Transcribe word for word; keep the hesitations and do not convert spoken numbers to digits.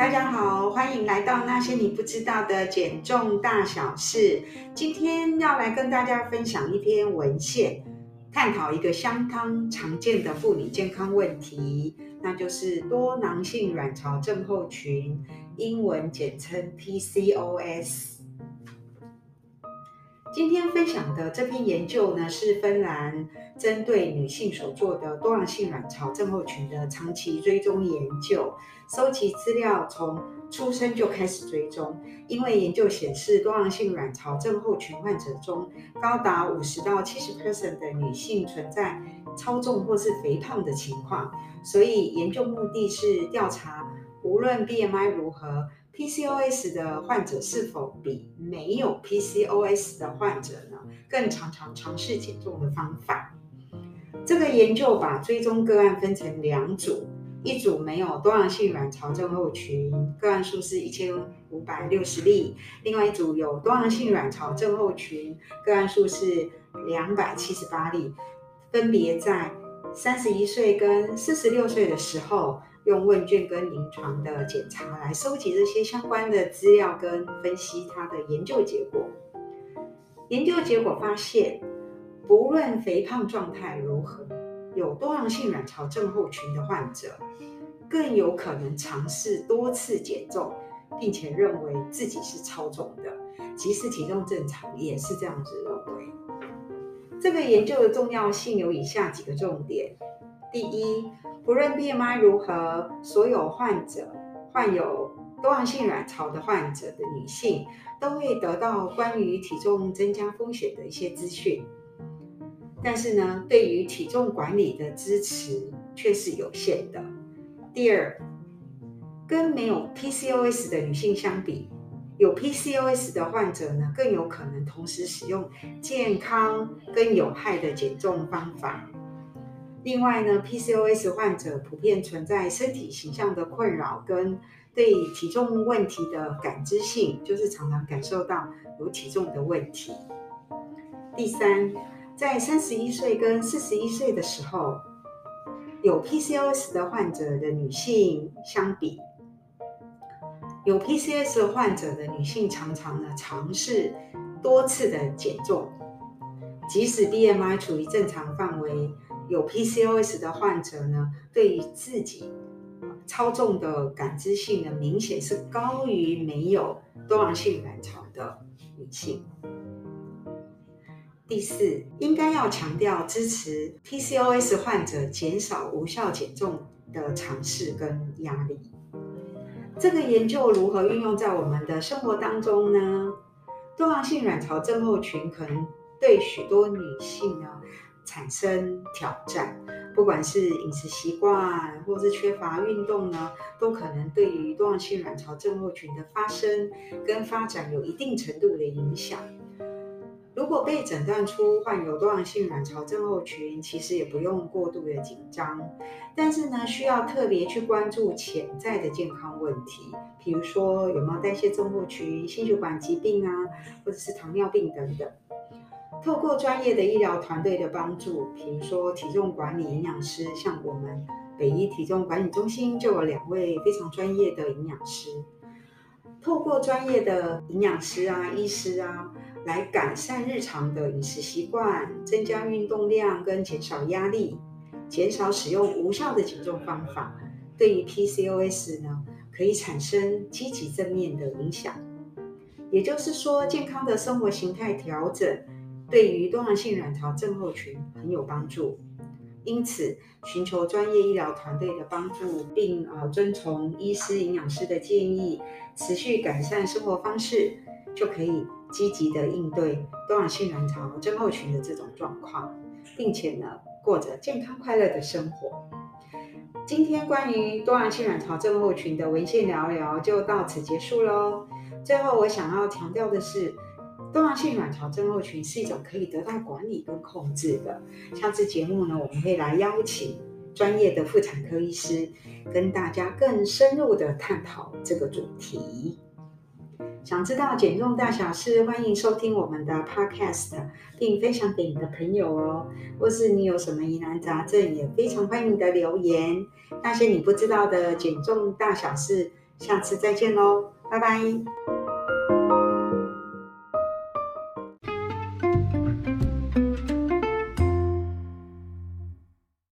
大家好，欢迎来到那些你不知道的减重大小事。今天要来跟大家分享一篇文献，探讨一个相当常见的妇女健康问题，那就是多囊性卵巢症候群，英文简称 P C O S。今天分享的这篇研究呢，是芬兰针对女性所做的多囊性卵巢症候群的长期追踪研究，收集资料从出生就开始追踪。因为研究显示，多囊性卵巢症候群患者中，高达百分之五十到百分之七十 的女性存在超重或是肥胖的情况，所以研究目的是调查无论 B M I 如何，P C O S 的患者是否比没有 P C O S 的患者呢更常常尝试减重的方法。这个研究把追踪个案分成两组，一组没有多囊性卵巢症候群，个案数是一千五百六十例；另外一组有多囊性卵巢症候群，个案数是两百七十八例，分别在三十一岁跟四十六岁的时候，用问卷跟临床的检查来收集这些相关的资料跟分析它的研究结果。研究结果发现，不论肥胖状态如何，有多囊性卵巢症候群的患者更有可能尝试多次减重，并且认为自己是超重的，即使体重正常也是这样子认为。这个研究的重要性有以下几个重点。第一，不论 B M I 如何，所有患者患有多囊性卵巢的患者的女性都会得到关于体重增加风险的一些资讯，但是呢，对于体重管理的支持却是有限的。第二，跟没有 P C O S 的女性相比，有 P C O S 的患者呢，更有可能同时使用健康跟有害的减重方法。另外呢 ，P C O S 患者普遍存在身体形象的困扰跟对体重问题的感知性，就是常常感受到有体重的问题。第三，在三十一岁跟四十一岁的时候，有 P C O S 的患者的女性相比，有 P C O S 患者的女性常常呢尝试多次的减重，即使 B M I 处于正常范围，有 P C O S 的患者呢，对于自己超重的感知性呢，明显是高于没有多囊性卵巢的女性。第四，应该要强调支持 P C O S 患者减少无效减重的尝试跟压力。这个研究如何运用在我们的生活当中呢？多囊性卵巢症候群可能对许多女性呢产生挑战，不管是饮食习惯或是缺乏运动呢，都可能对于多囊性卵巢症候群的发生跟发展有一定程度的影响。如果被诊断出患有多囊性卵巢症候群，其实也不用过度的紧张，但是呢，需要特别去关注潜在的健康问题，比如说有没有代谢症候群、心血管疾病啊，或者是糖尿病等等。透过专业的医疗团队的帮助，比如说体重管理营养师，像我们北医体重管理中心就有两位非常专业的营养师，透过专业的营养师啊、医师啊，来改善日常的饮食习惯，增加运动量跟减少压力，减少使用无效的减重方法，对于 P C O S 呢，可以产生积极正面的影响。也就是说，健康的生活形态调整对于多囊性卵巢症候群很有帮助。因此，寻求专业医疗团队的帮助，并、呃、遵从医师、营养师的建议，持续改善生活方式，就可以积极的应对多囊性卵巢症候群的这种状况，并且呢，过着健康快乐的生活。今天关于多囊性卵巢症候群的文献聊聊就到此结束咯。最后我想要强调的是，多囊性卵巢症候群是一种可以得到管理跟控制的。下次节目呢，我们会来邀请专业的妇产科医师，跟大家更深入的探讨这个主题。想知道减重大小事，欢迎收听我们的 podcast， 并分享给你的朋友哦。或是你有什么疑难杂症，也非常欢迎你的留言。那些你不知道的减重大小事， 下次再见喽，拜拜。